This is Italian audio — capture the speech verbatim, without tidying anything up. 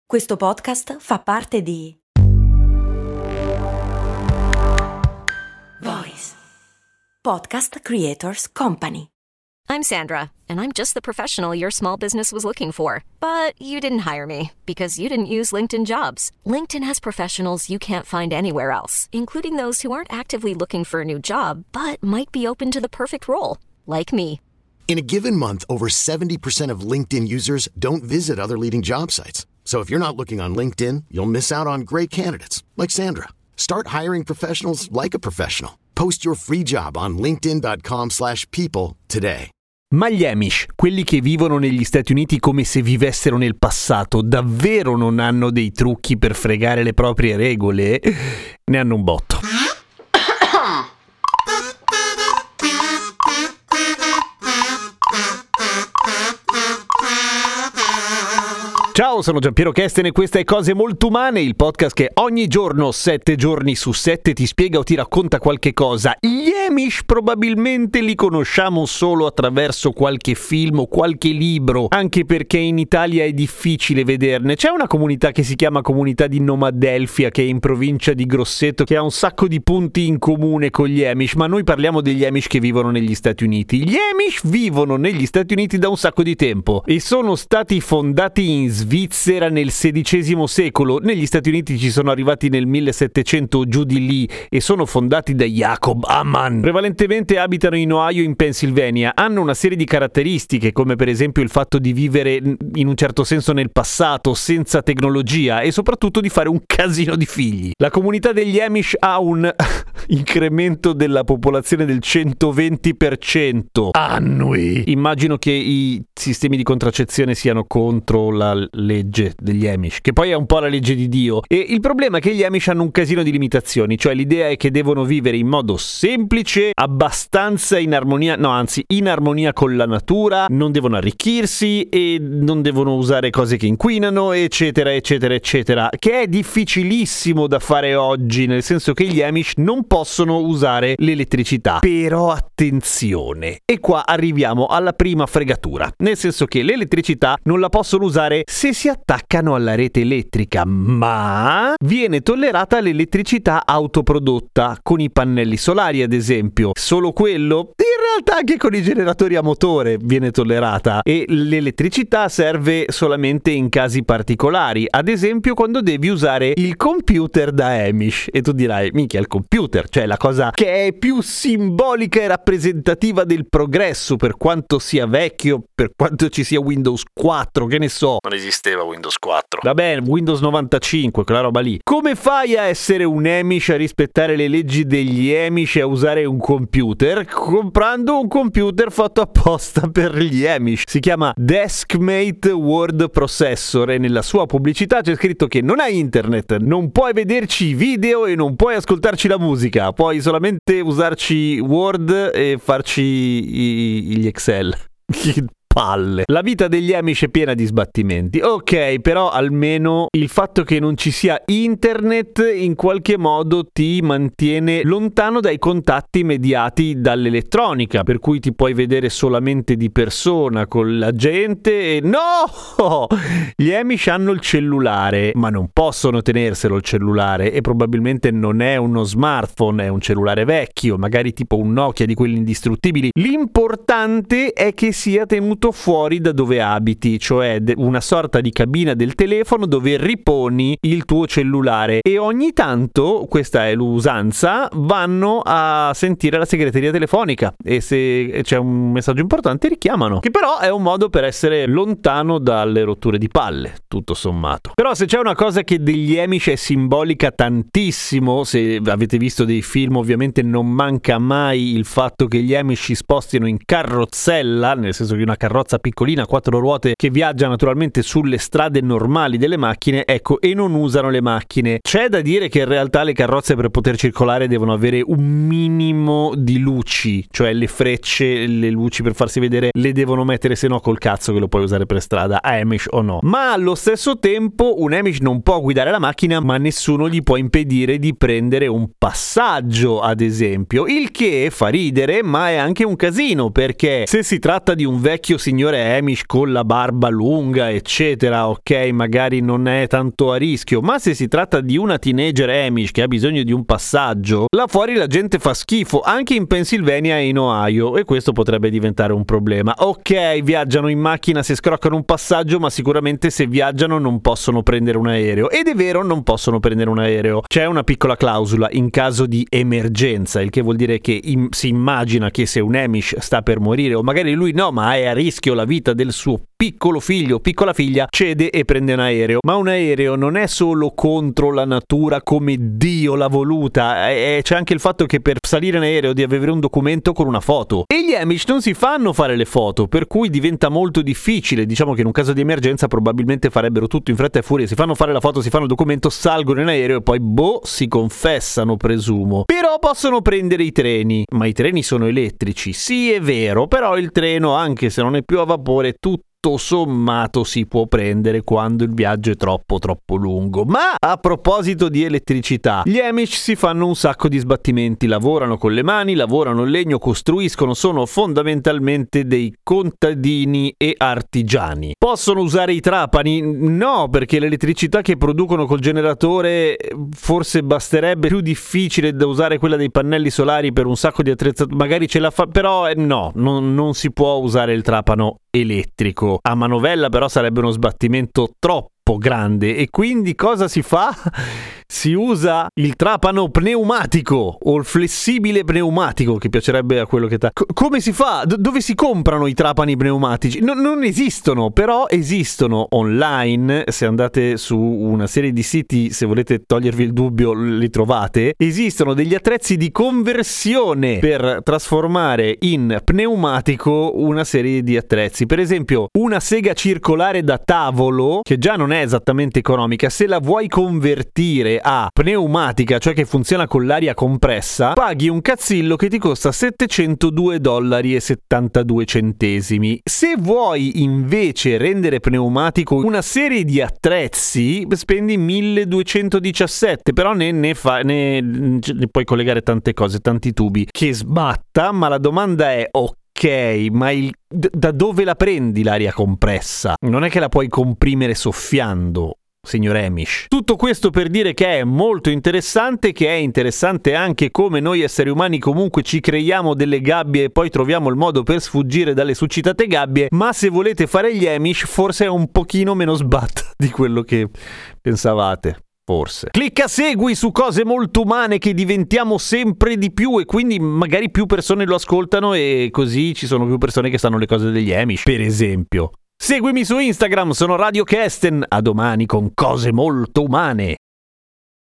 Questo podcast fa parte di Voice Podcast Creators Company. I'm Sandra, and I'm just the professional your small business was looking for. But you didn't hire me because you didn't use LinkedIn Jobs. LinkedIn has professionals you can't find anywhere else, including those who aren't actively looking for a new job, but might be open to the perfect role, like me. In a given month, over seventy percent of LinkedIn users don't visit other leading job sites. So if you're not looking on LinkedIn, you'll miss out on great candidates like Sandra. Start hiring professionals like a professional. Post your free job on linkedin dot com slash people today. Ma gli Amish, quelli che vivono negli Stati Uniti come se vivessero nel passato, davvero non hanno dei trucchi per fregare le proprie regole? Ne hanno un botto. Ciao, sono Giampiero Kesten e questa è Cose Molto Umane, il podcast che ogni giorno, sette giorni su sette, ti spiega o ti racconta qualche cosa. Gli Amish probabilmente li conosciamo solo attraverso qualche film o qualche libro, anche perché in Italia è difficile vederne. C'è una comunità che si chiama Comunità di Nomadelfia, che è in provincia di Grosseto, che ha un sacco di punti in comune con gli Amish, ma noi parliamo degli Amish che vivono negli Stati Uniti. Gli Amish vivono negli Stati Uniti da un sacco di tempo e sono stati fondati in Svizzera nel sedicesimo secolo. Negli Stati Uniti ci sono arrivati nel millesettecento giù di lì e sono fondati da Jacob Amman. Prevalentemente abitano in Ohio e in Pennsylvania. Hanno una serie di caratteristiche, come per esempio il fatto di vivere in un certo senso nel passato, senza tecnologia, e soprattutto di fare un casino di figli. La comunità degli Amish ha un incremento della popolazione del centoventi per cento annui. Immagino che i sistemi di contraccezione siano contro la legge degli Amish, che poi è un po' la legge di Dio. E il problema è che gli Amish hanno un casino di limitazioni, cioè l'idea è che devono vivere in modo semplice, abbastanza in armonia, no anzi in armonia con la natura, non devono arricchirsi e non devono usare cose che inquinano, eccetera eccetera eccetera, che è difficilissimo da fare oggi, nel senso che gli Amish non possono usare l'elettricità. Però attenzione, e qua arriviamo alla prima fregatura, nel senso che l'elettricità non la possono usare se si attaccano alla rete elettrica, ma viene tollerata l'elettricità autoprodotta con i pannelli solari, ad esempio. Solo quello? In realtà anche con i generatori a motore viene tollerata, e l'elettricità serve solamente in casi particolari, ad esempio quando devi usare il computer da Amish. E tu dirai, minchia, il computer, cioè la cosa che è più simbolica e rappresentativa del progresso, per quanto sia vecchio, per quanto ci sia Windows quattro, che ne so. Non esisteva Windows quattro. Vabbè, Windows novantacinque, quella roba lì. Come fai a essere un Amish, a rispettare le leggi degli Amish e a usare un computer? Comprando un computer fatto apposta per gli Amish. Si chiama Deskmate Word Processor e nella sua pubblicità c'è scritto che non hai internet, non puoi vederci i video e non puoi ascoltarci la musica, puoi solamente usarci Word e farci i, gli Excel. Palle. La vita degli Amish è piena di sbattimenti. Ok, però almeno il fatto che non ci sia internet in qualche modo ti mantiene lontano dai contatti mediati dall'elettronica, per cui ti puoi vedere solamente di persona con la gente e... No! Gli Amish hanno il cellulare, ma non possono tenerselo il cellulare, e probabilmente non è uno smartphone, è un cellulare vecchio, magari tipo un Nokia di quelli indistruttibili. L'importante è che sia tenuto fuori da dove abiti, cioè una sorta di cabina del telefono dove riponi il tuo cellulare, e ogni tanto, questa è l'usanza, vanno a sentire la segreteria telefonica e se c'è un messaggio importante richiamano, che però è un modo per essere lontano dalle rotture di palle, tutto sommato. Però se c'è una cosa che degli Amish è simbolica tantissimo, se avete visto dei film ovviamente non manca mai il fatto che gli Amish si spostino in carrozzella, nel senso che una carrozza piccolina a quattro ruote che viaggia naturalmente sulle strade normali delle macchine, ecco, e non usano le macchine. C'è da dire che in realtà le carrozze per poter circolare devono avere un minimo di luci, cioè le frecce, le luci per farsi vedere le devono mettere, se no col cazzo che lo puoi usare per strada, Amish o no. Ma allo stesso tempo un Amish non può guidare la macchina, ma nessuno gli può impedire di prendere un passaggio, ad esempio, il che fa ridere, ma è anche un casino, perché se si tratta di un vecchio signore Amish con la barba lunga, eccetera, ok, magari non è tanto a rischio, ma se si tratta di una teenager Amish che ha bisogno di un passaggio, là fuori la gente fa schifo, anche in Pennsylvania e in Ohio, e questo potrebbe diventare un problema. Ok, viaggiano in macchina se scroccano un passaggio, ma sicuramente se viaggiano non possono prendere un aereo. Ed è vero, non possono prendere un aereo. C'è una piccola clausola in caso di emergenza, il che vuol dire che im- si immagina che se un Amish sta per morire, o magari lui no, ma è a rischio la vita del suo piccolo figlio o piccola figlia, cede e prende un aereo. Ma un aereo non è solo contro la natura come Dio l'ha voluta, e c'è anche il fatto che per salire in aereo devi avere un documento con una foto, e gli Amish non si fanno fare le foto, per cui diventa molto difficile. Diciamo che in un caso di emergenza probabilmente farebbero tutto in fretta e furia, si fanno fare la foto, si fanno il documento, salgono in aereo e poi boh, si confessano, presumo. Però possono prendere i treni, ma i treni sono elettrici, sì è vero, però il treno, anche se non è più a vapore, tutto tutto sommato si può prendere quando il viaggio è troppo troppo lungo. Ma a proposito di elettricità, gli Amish si fanno un sacco di sbattimenti, lavorano con le mani, lavorano il legno, costruiscono, sono fondamentalmente dei contadini e artigiani. Possono usare i trapani? No, perché l'elettricità che producono col generatore forse basterebbe, più difficile da usare quella dei pannelli solari per un sacco di attrezzature, magari ce la fa, però eh, no, non, non si può usare il trapano elettrico. A manovella però sarebbe uno sbattimento troppo grande, e quindi cosa si fa? Si usa il trapano pneumatico o il flessibile pneumatico, che piacerebbe a quello che ta... C- come si fa? D- dove si comprano i trapani pneumatici? No, non esistono, però esistono online. Se andate su una serie di siti, se volete togliervi il dubbio, li trovate. Esistono degli attrezzi di conversione per trasformare in pneumatico una serie di attrezzi. Per esempio, una sega circolare da tavolo, che già non è esattamente economica, se la vuoi convertire a pneumatica, cioè che funziona con l'aria compressa, paghi un cazzillo che ti costa settecentodue dollari e settantadue centesimi. Se vuoi invece rendere pneumatico una serie di attrezzi, spendi milleduecentodiciassette, però ne, ne, fa, ne, ne puoi collegare tante cose, tanti tubi, che sbatta. Ma la domanda è: ok, Ok, ma il, d- da dove la prendi l'aria compressa? Non è che la puoi comprimere soffiando, signor Amish. Tutto questo per dire che è molto interessante, che è interessante anche come noi esseri umani comunque ci creiamo delle gabbie e poi troviamo il modo per sfuggire dalle succitate gabbie, ma se volete fare gli Amish forse è un pochino meno sbatta di quello che pensavate. Forse. Clicca segui su Cose Molto Umane, che diventiamo sempre di più e quindi magari più persone lo ascoltano e così ci sono più persone che sanno le cose degli Amish, per esempio. Seguimi su Instagram, sono Radio Kesten. A domani con Cose Molto Umane.